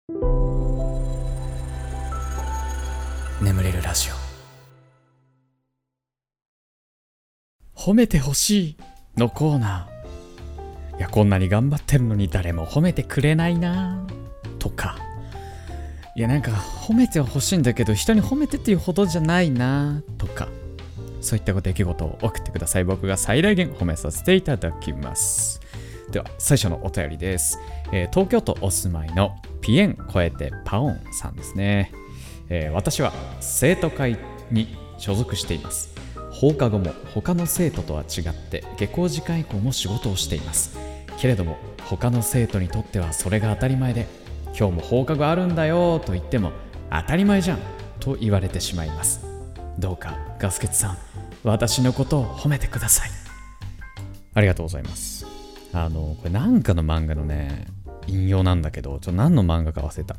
眠れるラジオ。褒めてほしいのコーナー。いや、こんなに頑張ってるのに誰も褒めてくれないなとか、いやなんか褒めてほしいんだけど人に褒めてっていうほどじゃないなとか、そういった出来事を送ってください。僕が最大限褒めさせていただきます。では最初のお便りです。東京都お住まいのピエン超えてパオンさんですね。私は生徒会に所属しています。放課後も他の生徒とは違って下校時間以降も仕事をしています。けれども他の生徒にとってはそれが当たり前で、今日も放課後あるんだよと言っても当たり前じゃんと言われてしまいます。どうかガスケツさん、私のことを褒めてください。ありがとうございます。これなんかの漫画のね引用なんだけど、何の漫画か忘れた。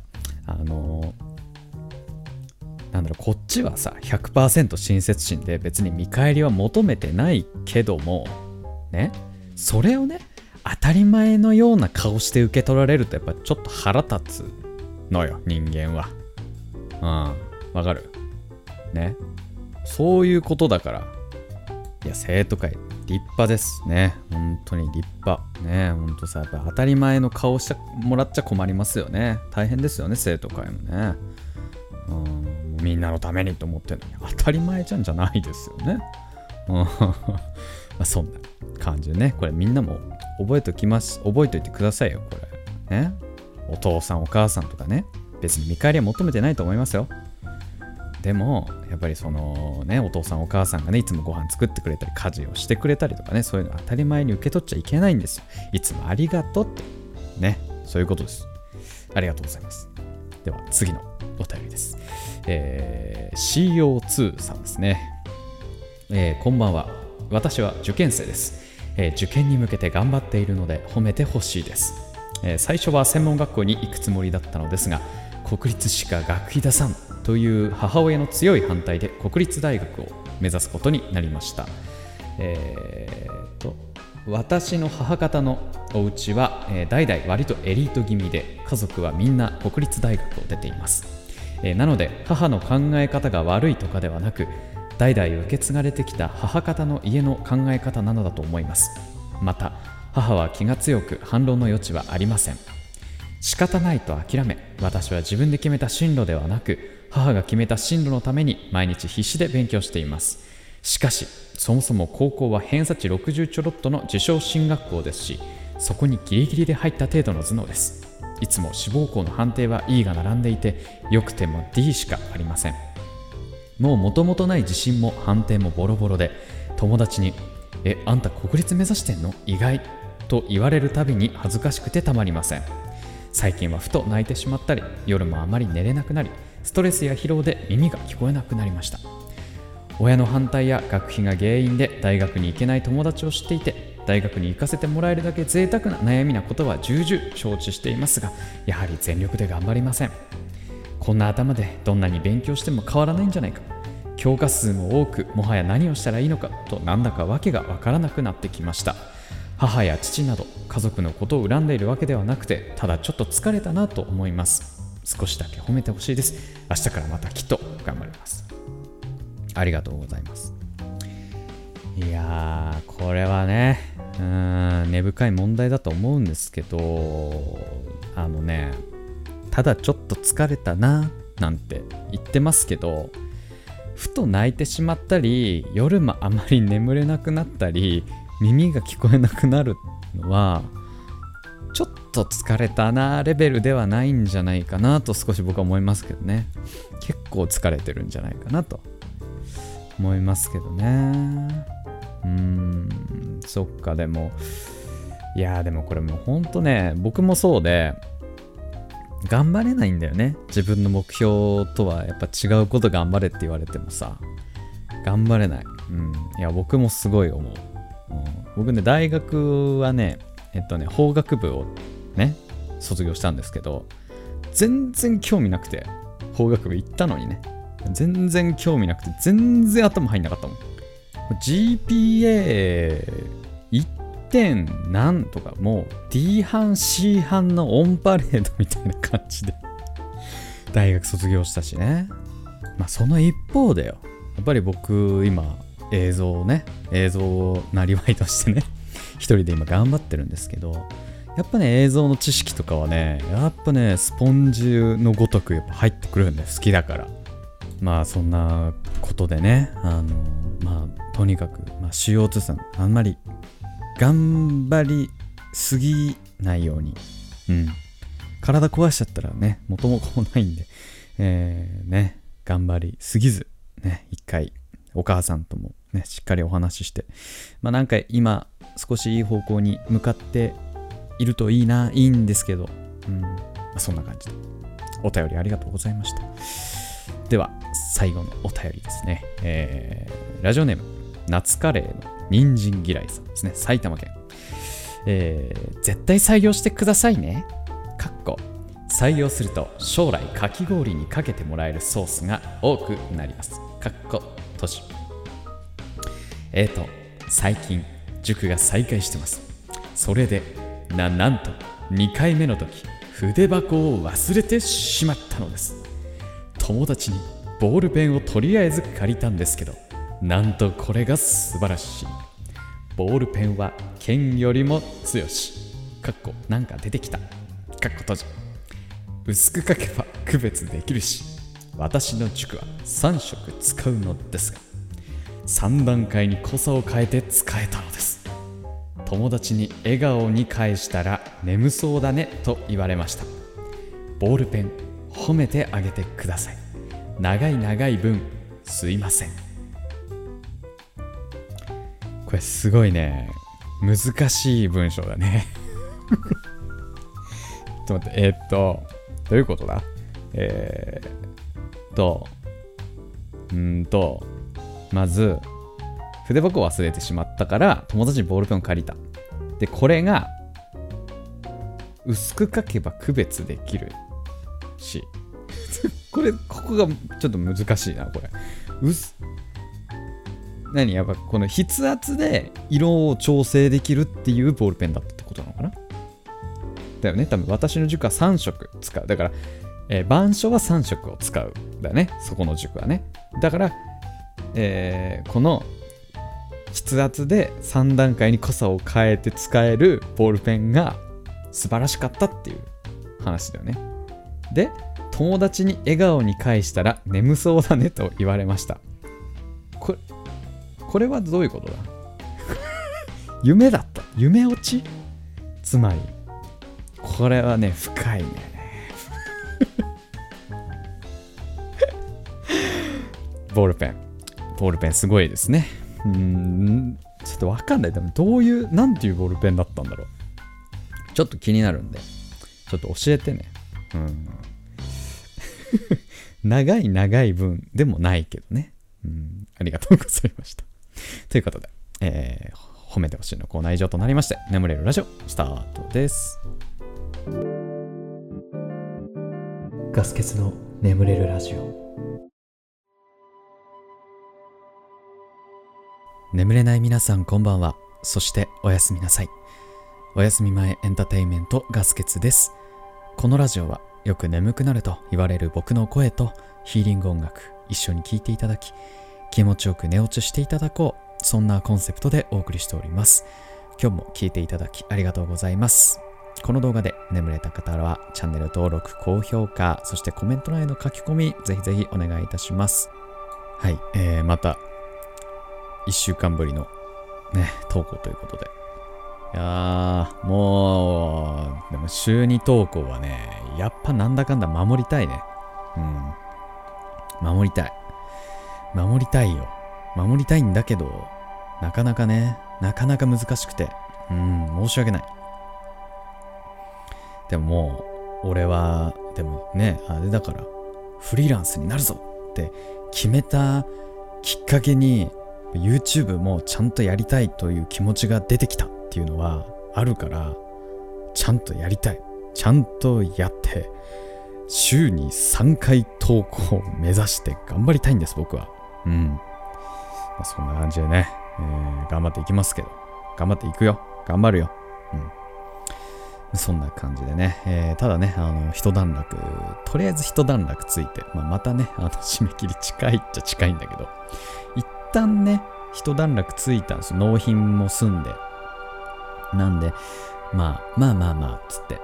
こっちはさ 100% 親切心で別に見返りは求めてないけどもね、それをね当たり前のような顔して受け取られるとやっぱちょっと腹立つのよ、人間は。わかるね。そういうことだから。いや、生徒会立派ですね。本当に立派ね。本当さ、やっぱ当たり前の顔してもらっちゃ困りますよね。大変ですよね、生徒会もね。みんなのためにと思ってるのに当たり前じゃんじゃないですよね。そんな感じでね、これみんなも覚えておいてくださいよ。これね、お父さんお母さんとかね、別に見返りは求めてないと思いますよ。でもやっぱりそのね、お父さんお母さんがねいつもご飯作ってくれたり家事をしてくれたりとかね、そういうの当たり前に受け取っちゃいけないんですよ。いつもありがとうってね、そういうことです。ありがとうございます。では次のお便りです。CO2 さんですね。こんばんは。私は受験生です。受験に向けて頑張っているので褒めてほしいです。最初は専門学校に行くつもりだったのですが、国立しか学費出さんという母親の強い反対で国立大学を目指すことになりました。私の母方のお家は、代々割とエリート気味で、家族はみんな国立大学を出ています。なので母の考え方が悪いとかではなく、代々受け継がれてきた母方の家の考え方なのだと思います。また母は気が強く反論の余地はありません。仕方ないと諦め、私は自分で決めた進路ではなく母が決めた進路のために毎日必死で勉強しています。しかしそもそも高校は偏差値60ちょろっとの自称進学校ですし、そこにギリギリで入った程度の頭脳です。いつも志望校の判定は E が並んでいて、良くても D しかありません。もう元々ない自信も判定もボロボロで、友達にあんた国立目指してんの意外と言われるたびに恥ずかしくてたまりません。最近はふと泣いてしまったり、夜もあまり寝れなくなり、ストレスや疲労で耳が聞こえなくなりました。親の反対や学費が原因で大学に行けない友達を知っていて、大学に行かせてもらえるだけ贅沢な悩みなことは重々承知していますが、やはり全力で頑張りません。こんな頭でどんなに勉強しても変わらないんじゃないか、教科数も多く、もはや何をしたらいいのかと、なんだかわけがわからなくなってきました。母や父など家族のことを恨んでいるわけではなくて、ただちょっと疲れたなと思います。少しだけ褒めてほしいです。明日からまたきっと頑張ります。ありがとうございます。いやー、これはね、根深い問題だと思うんですけど、ただちょっと疲れたななんて言ってますけど、ふと泣いてしまったり、夜もあまり眠れなくなったり、耳が聞こえなくなるのはちょっと疲れたなレベルではないんじゃないかなと少し僕は思いますけどね。結構疲れてるんじゃないかなと思いますけどね。そっか。でもこれもうほんとね、僕もそうで頑張れないんだよね。自分の目標とはやっぱ違うこと頑張れって言われてもさ、頑張れない。いや僕もすごい思う。僕ね、大学はね法学部をね卒業したんですけど、全然興味なくて、法学部行ったのにね、全然興味なくて、全然頭入んなかったもん。GPA1 点なんとか、もう D 班 C 班のオンパレードみたいな感じで大学卒業したしね。まあその一方でよ、やっぱり僕今映像をなりわいとしてね一人で今頑張ってるんですけど、やっぱね映像の知識とかはねやっぱねスポンジのごとくやっぱ入ってくるんで、好きだから。まあそんなことでね、まあとにかく、まあ、CO2 さんあんまり頑張りすぎないように、体壊しちゃったらね元も子もないんで、ね頑張りすぎずね、一回お母さんともねしっかりお話しして、まあなんか今少しいい方向に向かっているといいんですけど、まあ、そんな感じでお便りありがとうございました。では最後のお便りですね、ラジオネーム夏カレーの人参嫌いさんですね、埼玉県。絶対採用してくださいね。採用すると将来かき氷にかけてもらえるソースが多くなります。閉じ。最近塾が再開してます。それでなんと2回目の時筆箱を忘れてしまったのです。友達にボールペンをとりあえず借りたんですけど、なんとこれが素晴らしい。ボールペンは剣よりも強し。なんか出てきた。閉じ。薄く書けば区別できるし、私の塾は3色使うのですが、3段階に濃さを変えて使えたのです。友達に笑顔に返したら眠そうだねと言われました。ボールペン褒めてあげてください。長い分すいません。これすごいね難しい文章だねちょっと待って、どういうことだ。まず筆箱を忘れてしまったから友達にボールペンを借りた。でこれが薄く書けば区別できるしここがちょっと難しいな。これやっぱこの筆圧で色を調整できるっていうボールペンだったってことなのかな。だよね。多分私の塾は3色使う。だから、板書は3色を使うだよね、そこの塾はね。だから、この筆圧で3段階に濃さを変えて使えるボールペンが素晴らしかったっていう話だよね。で友達に笑顔に返したら眠そうだねと言われました。これはどういうことだ夢だった。夢落ち。つまりこれはね深いねボールペンすごいですね。ちょっとわかんない。でもどういうなんていうボールペンだったんだろう。ちょっと気になるんでちょっと教えてね。長い分でもないけどね。ありがとうございました。ということで、褒めてほしいのコーナー以上となりまして、眠れるラジオスタートです。ガス欠の眠れるラジオ。眠れない皆さんこんばんは。そしておやすみなさい。おやすみ前エンターテインメントガス欠です。このラジオはよく眠くなると言われる僕の声とヒーリング音楽一緒に聴いていただき、気持ちよく寝落ちしていただこう、そんなコンセプトでお送りしております。今日も聴いていただきありがとうございます。この動画で眠れた方はチャンネル登録、高評価、そしてコメント欄への書き込みぜひぜひお願いいたします。はい、また1週間ぶりのね投稿ということで、いやーもうでも週2投稿はねやっぱなんだかんだ守りたいね。守りたいよ。守りたいんだけどなかなか難しくて申し訳ない。でももう俺はでもねあれだからフリーランスになるぞって決めたきっかけに YouTube もちゃんとやりたいという気持ちが出てきたっていうのはあるから、ちゃんとやりたい。ちゃんとやって週に3回投稿を目指して頑張りたいんです僕は。そんな感じでね、頑張っていきますけど、頑張っていくよ。頑張るよ。 そんな感じでね、ただね、一段落、とりあえず一段落ついて、またね、締め切り近いっちゃ近いんだけど、一旦ね、一段落ついたんですよ。納品も済んで。なんで、まあ、つって、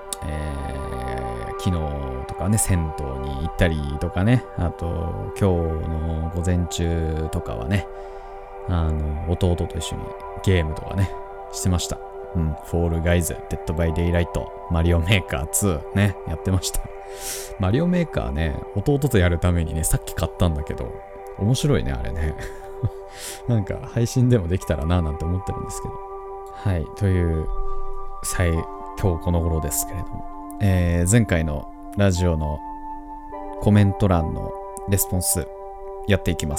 昨日とかね、銭湯に行ったりとかね、あと、今日の午前中とかはね、弟と一緒にゲームとかね、してました。フォールガイズ、デッドバイデイライト、マリオメーカー2ね、やってました。マリオメーカーね、弟とやるためにね、さっき買ったんだけど、面白いね、あれね。なんか配信でもできたらななんて思ってるんですけど。はい、という今日この頃ですけれども、前回のラジオのコメント欄のレスポンスやっていきます。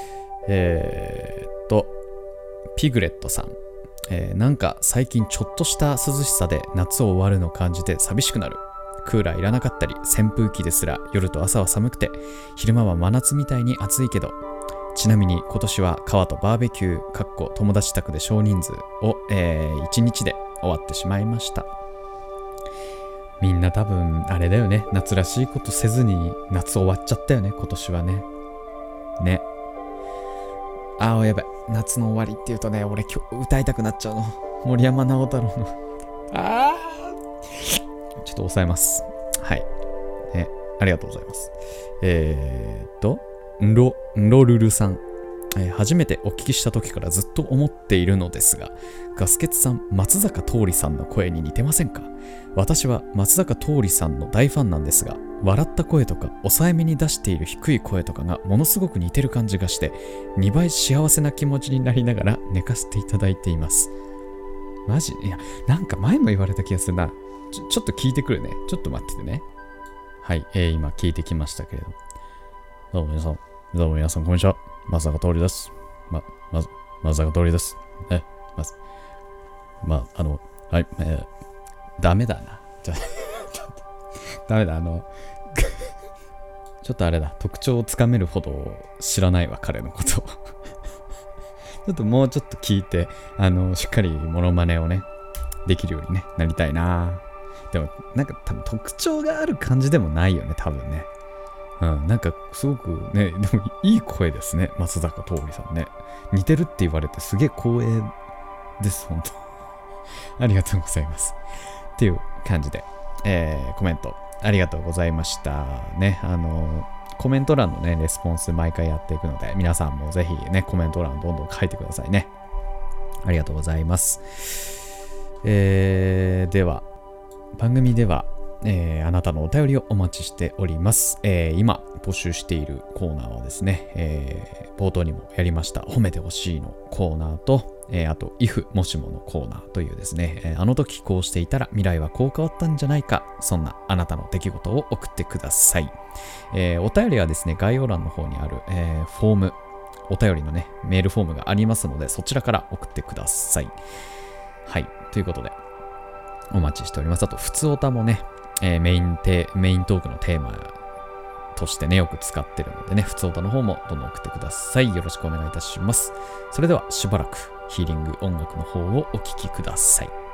ピグレットさん、なんか最近ちょっとした涼しさで夏を終わるの感じて寂しくなる。クーラーいらなかったり、扇風機ですら夜と朝は寒くて、昼間は真夏みたいに暑いけど、ちなみに今年は川とバーベキュー友達宅で少人数を、1日で終わってしまいました。みんな多分あれだよね、夏らしいことせずに夏終わっちゃったよね、今年はね。やばい、夏の終わりっていうとね、俺今日歌いたくなっちゃうの。森山直太朗のちょっと抑えます。はい、ありがとうございます。ンロルルさん、初めてお聞きした時からずっと思っているのですが、ガスケツさん、松坂桃李さんの声に似てませんか？私は松坂桃李さんの大ファンなんですが、笑った声とか抑えめに出している低い声とかがものすごく似てる感じがして、2倍幸せな気持ちになりながら寝かせていただいています。マジ？いや、なんか前も言われた気がするな。ちょっと聞いてくるね。ちょっと待っててね。はい、今聞いてきましたけれど。どうも皆さん、こんにちは。松坂桃李です。松坂桃李です。はい、ダメだな。ダメだ、ちょっとあれだ、特徴をつかめるほど知らないわ、彼のことを。ちょっともうちょっと聞いて、しっかりモノマネをね、できるようにね、なりたいな。でも、なんか多分特徴がある感じでもないよね、多分ね。なんかすごくね、でもいい声ですね、松坂桃李さんね。似てるって言われてすげえ光栄です、本当。ありがとうございます。っていう感じで、コメントありがとうございましたね。コメント欄のね、レスポンス毎回やっていくので、皆さんもぜひね、コメント欄どんどん書いてくださいね。ありがとうございます。では、番組では、あなたのお便りをお待ちしております。今募集しているコーナーはですね、冒頭にもやりました褒めてほしいのコーナーと、あと if もしものコーナーというですね、あの時こうしていたら未来はこう変わったんじゃないか、そんなあなたの出来事を送ってください。お便りはですね、概要欄の方にある、フォーム、お便りのねメールフォームがありますので、そちらから送ってください。はい、ということでお待ちしております。あと普通オタもね、メイントークのテーマとしてね、よく使ってるのでね、普通オタの方もどんどん送ってください。よろしくお願いいたします。それではしばらくヒーリング音楽の方をお聴きください。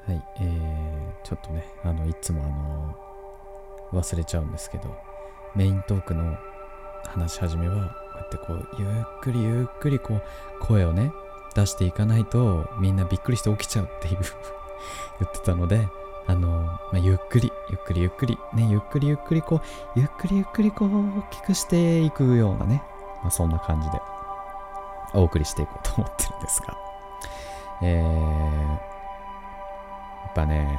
はい、ちょっとね、いつも忘れちゃうんですけど、メイントークの話し始めは、こうやってこう、ゆっくりゆっくりこう、声をね、出していかないと、みんなびっくりして起きちゃうっていう言ってたので、ゆっくりゆっくりゆっくりね、ゆっくりゆっくりこう、ゆっくりゆっくりこう、大きくしていくようなね、そんな感じでお送りしていこうと思ってるんですが、やっぱね、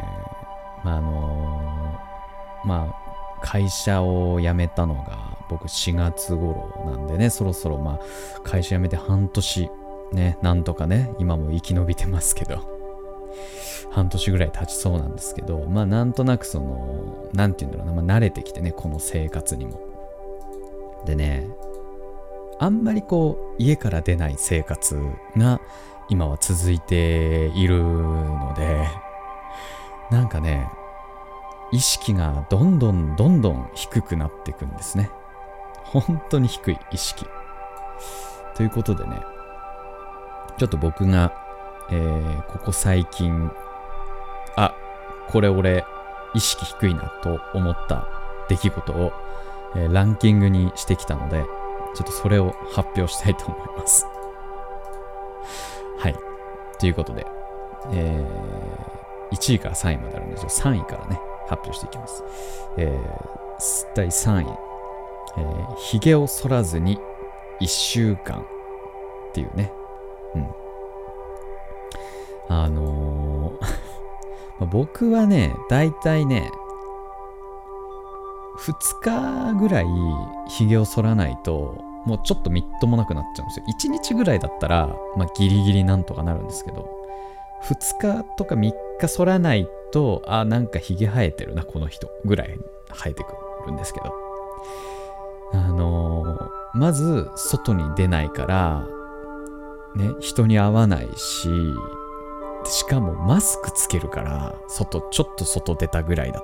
会社を辞めたのが僕4月頃なんでね、そろそろ会社辞めて半年ね、なんとかね、今も生き延びてますけど、半年ぐらい経ちそうなんですけど、なんとなくなんていうんだろうな、慣れてきてね、この生活にも。でね、あんまりこう家から出ない生活が今は続いているので、なんかね、意識がどんどん低くなっていくんですね。本当に低い意識。ということでね、ちょっと僕が、ここ最近、これ俺意識低いなと思った出来事を、ランキングにしてきたので、ちょっとそれを発表したいと思います。はい。ということで、1位から3位まであるんですよ。3位からね、発表していきます。第3位、髭を剃らずに1週間っていうね。僕はね、だいたいね、2日ぐらい髭を剃らないと、もうちょっとみっともなくなっちゃうんですよ。1日ぐらいだったら、ギリギリなんとかなるんですけど、2日とか3日剃らないと、なんか髭生えてるな、この人ぐらい生えてくるんですけど、まず外に出ないからね、人に会わないし、しかもマスクつけるから、ちょっと外出たぐらいだ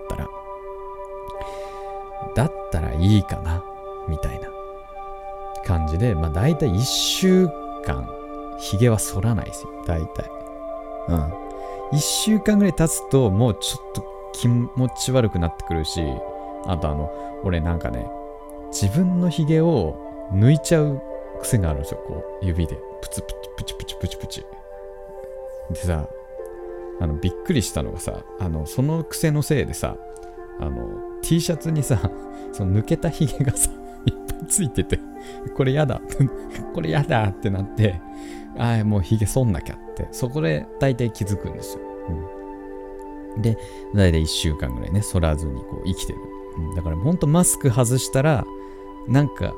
ったらいいかなみたいな感じで、だいたい1週間髭は剃らないですよ、だいたい。1週間ぐらい経つともうちょっと気持ち悪くなってくるし、あと俺なんかね、自分の髭を抜いちゃう癖があるんですよ。こう指でプチプチプチプチプチプチでさ、びっくりしたのがさ、その癖のせいでさ、T シャツにさ、その抜けたヒゲがさ、いっぱいついてて、これやだこれやだってなって、もうヒゲ剃んなきゃって、そこで大体気づくんですよ。で、大体1週間ぐらいね、剃らずにこう生きてる。だからほんとマスク外したら、なんか、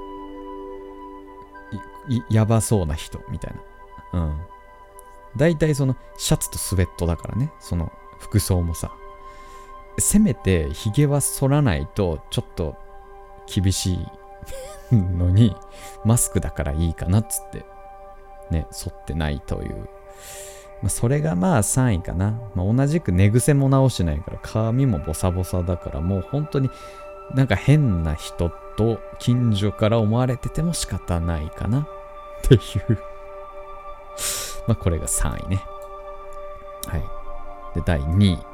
やばそうな人みたいな。大体そのシャツとスウェットだからね、その服装もさ、せめてヒゲは剃らないとちょっと厳しいのに、マスクだからいいかなっつってね、剃ってないという、それが3位かな。同じく寝癖も直してないから、髪もボサボサだから、もう本当になんか変な人と近所から思われてても仕方ないかなっていうこれが3位ね。はい。で、第2位。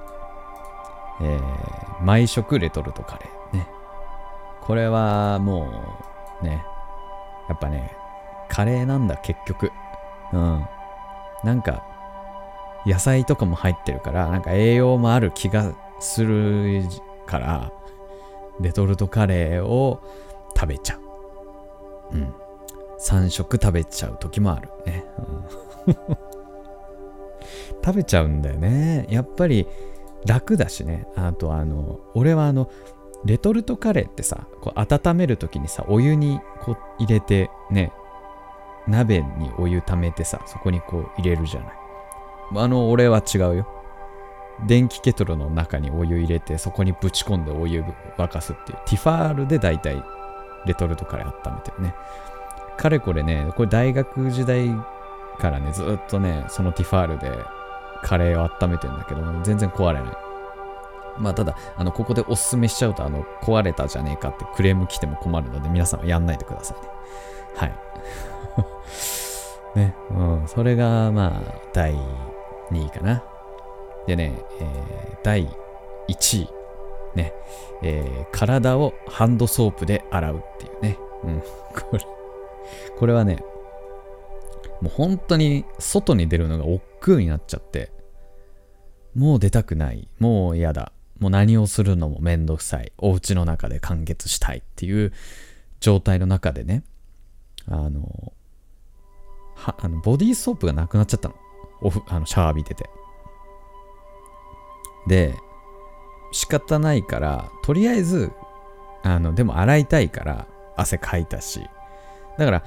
毎食レトルトカレーね。これはもうね、やっぱね、カレーなんだ結局。なんか野菜とかも入ってるから、なんか栄養もある気がするから、レトルトカレーを食べちゃう。3食食べちゃう時もあるね。食べちゃうんだよね。やっぱり楽だしね。あと俺はレトルトカレーってさ、こう温めるときにさ、お湯にこう入れてね、鍋にお湯溜めてさ、そこにこう入れるじゃない。俺は違うよ。電気ケトルの中にお湯入れて、そこにぶち込んでお湯沸かすっていう、ティファールでだいたいレトルトカレー温めてるね。かれこれね、これ大学時代からね、ずっとね、そのティファールでカレーを温めてるんだけど、全然壊れない。ただここでおすすめしちゃうと壊れたじゃねえかってクレーム来ても困るので、皆さんはやんないでくださいね。はいね、それが第2位かな。 でね、第1位ね、体をハンドソープで洗うっていうね、これはね、もう本当に外に出るのが億劫になっちゃって、もう出たくない、もう嫌だ、もう何をするのもめんどくさい、お家の中で完結したいっていう状態の中でね、ボディーソープがなくなっちゃったの。シャワー浴びてて。で、仕方ないから、とりあえず、でも洗いたいから汗かいたし、だから、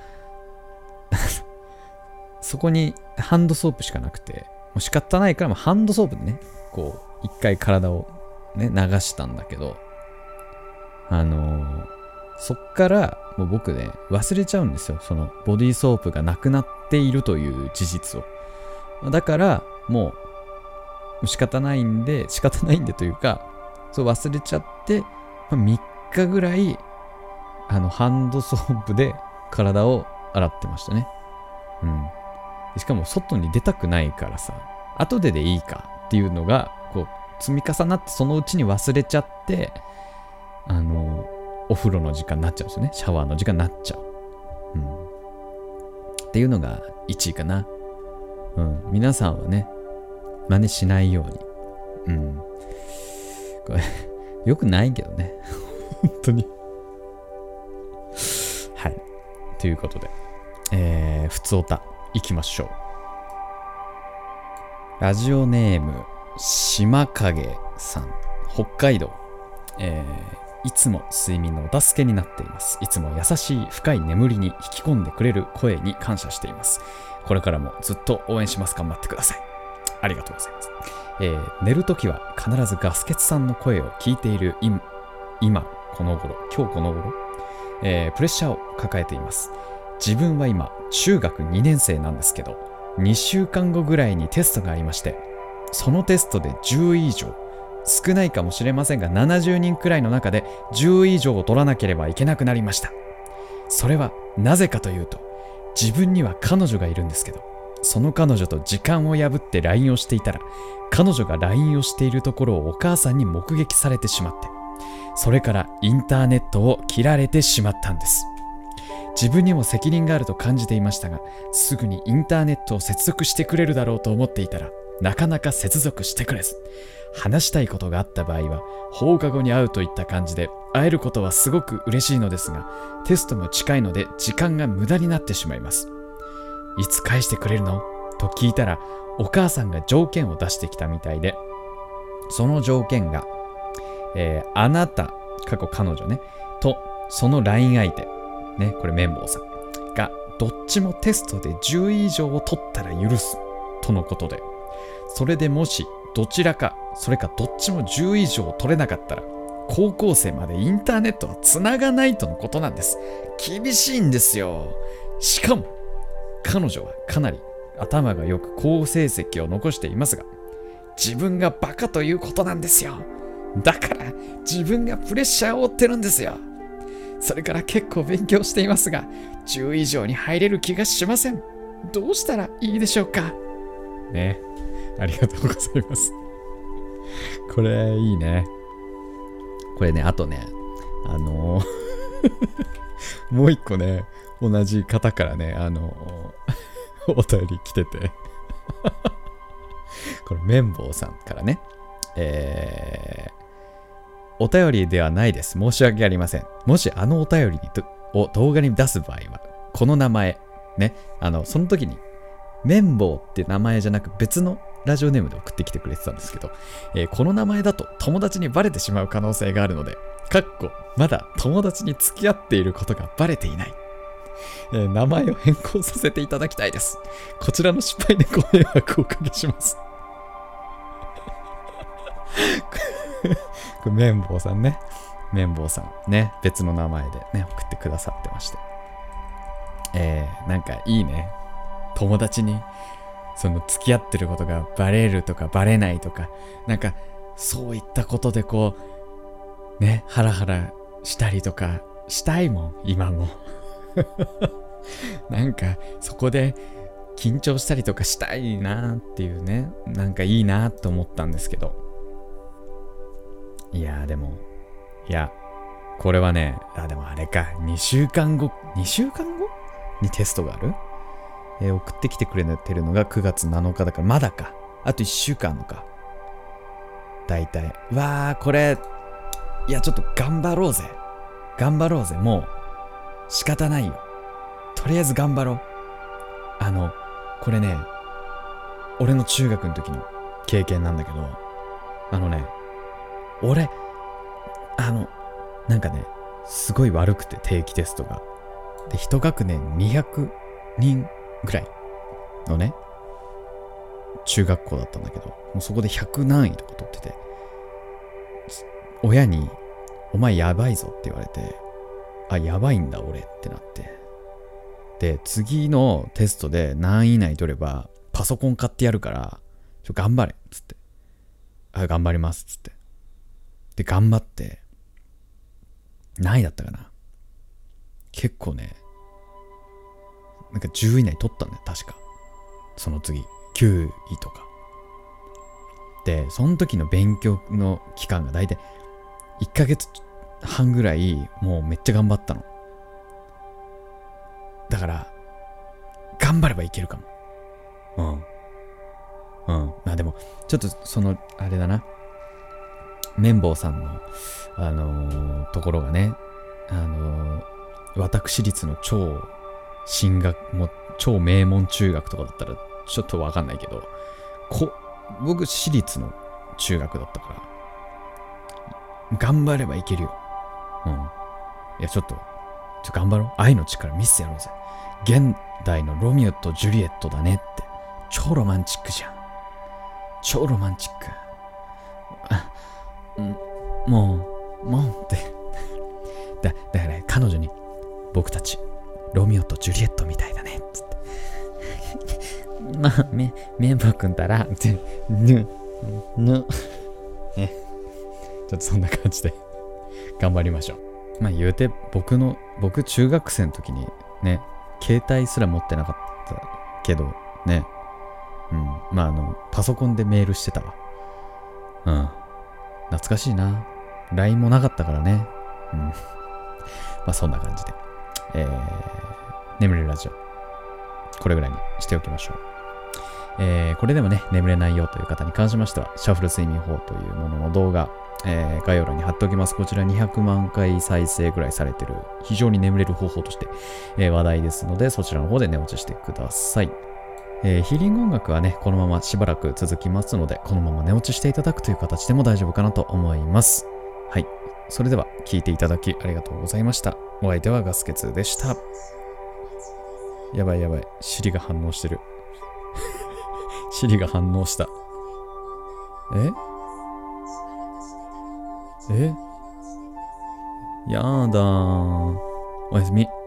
そこにハンドソープしかなくて、もう仕方ないから、ハンドソープでね、こう、一回体をね、流したんだけど、そっからもう僕ね、忘れちゃうんですよ。そのボディーソープがなくなっているという事実を。だから、もう仕方ないんでというか、そう忘れちゃって、3日ぐらい、ハンドソープで体を洗ってましたね。しかも外に出たくないからさ、後でいいかっていうのが、こう、積み重なってそのうちに忘れちゃって、お風呂の時間になっちゃうんですよね。シャワーの時間になっちゃう。っていうのが1位かな。皆さんはね、真似しないように。これ、よくないけどね。本当に。はい。ということで、ふつおた、行きましょう。ラジオネーム、島影さん、北海道。いつも睡眠のお助けになっています。いつも優しい深い眠りに引き込んでくれる声に感謝しています。これからもずっと応援します。頑張ってください。ありがとうございます。寝るときは必ずガスケツさんの声を聞いている今この頃、プレッシャーを抱えています。自分は今中学2年生なんですけど、2週間後ぐらいにテストがありまして、そのテストで10位以上、少ないかもしれませんが70人くらいの中で10位以上を取らなければいけなくなりました。それはなぜかというと、自分には彼女がいるんですけど、その彼女と時間を破って LINE をしていたら、彼女が LINE をしているところをお母さんに目撃されてしまって、それからインターネットを切られてしまったんです。自分にも責任があると感じていましたが、すぐにインターネットを接続してくれるだろうと思っていたら、なかなか接続してくれず、話したいことがあった場合は放課後に会うといった感じで、会えることはすごく嬉しいのですが、テストも近いので時間が無駄になってしまいます。いつ返してくれるのと聞いたら、お母さんが条件を出してきたみたいで、その条件が、あなた過去彼女ねとその LINE 相手ね、これ綿棒さんがどっちもテストで10位以上を取ったら許すとのことで、それでもしどちらかそれかどっちも10以上取れなかったら、高校生までインターネットは繋がないとのことなんです。厳しいんですよ。しかも彼女はかなり頭がよく好成績を残していますが、自分がバカということなんですよ。だから自分がプレッシャーを負ってるんですよ。それから結構勉強していますが、10以上に入れる気がしません。どうしたらいいでしょうかね。ありがとうございます。これいいね。これね、あとね、もう一個ね、同じ方からね、お便り来ててこれ綿棒さんからね、お便りではないです。申し訳ありません。もしお便りを動画に出す場合は、この名前ね、その時に綿棒って名前じゃなく別のラジオネームで送ってきてくれてたんですけど、この名前だと友達にバレてしまう可能性があるので、まだ友達に付き合っていることがバレていない。名前を変更させていただきたいです。こちらの失敗でご迷惑をおかけします。これ綿棒さんね。綿棒さんね。別の名前でね、送ってくださってまして。なんかいいね。友達にその付き合ってることがバレるとかバレないとか、なんかそういったことでこうね、ハラハラしたりとかしたいもん、今も。なんかそこで緊張したりとかしたいなっていうね、なんかいいなと思ったんですけど、いやこれはね、でもあれか、2週間後にテストがある。送ってきてくれてるのが9月7日だからまだか、あと1週間のか大体。これちょっと頑張ろうぜ、もう仕方ないよ、とりあえず頑張ろう。これね、俺の中学の時の経験なんだけど、俺なんかね、すごい悪くて、定期テストがで1学年200人ぐらいのね中学校だったんだけど、もうそこで100何位とか取ってて、親にお前やばいぞって言われて、やばいんだ俺ってなって、で次のテストで何位以内取ればパソコン買ってやるから頑張れっつって、頑張りますっつって、で頑張って何位だったかな、結構ね、なんか10位以内取ったんだよ確か。その次9位とかで、その時の勉強の期間がだいたい1ヶ月半ぐらい、もうめっちゃ頑張ったのだから、頑張ればいけるかも。でもちょっとあれだな、綿棒さんのところがね、私立の超名門中学とかだったらちょっとわかんないけど、僕私立の中学だったから頑張ればいけるよ。ちょっと頑張ろう、愛の力見せてやろうぜ。現代のロミオとジュリエットだねって、超ロマンチックじゃん、超ロマンチック。もうってだから、彼女に僕たちロミオとジュリエットみたいだねっつって綿棒くんたらってちょっとそんな感じで頑張りましょう。言うて僕中学生の時にね、携帯すら持ってなかったけどね、パソコンでメールしてたわ。懐かしいな。 LINE もなかったからね。そんな感じで、眠れるラジオこれぐらいにしておきましょう。これでもね眠れないよという方に関しましては、シャッフル睡眠法というものの動画、概要欄に貼っておきます。こちら200万回再生ぐらいされてる非常に眠れる方法として、話題ですので、そちらの方で寝落ちしてください。ヒーリング音楽はねこのまましばらく続きますので、このまま寝落ちしていただくという形でも大丈夫かなと思います。はい、それでは聞いていただきありがとうございました。お相手はガスケツでした。やばい、シリが反応してるシリが反応した。やだー。おやすみ。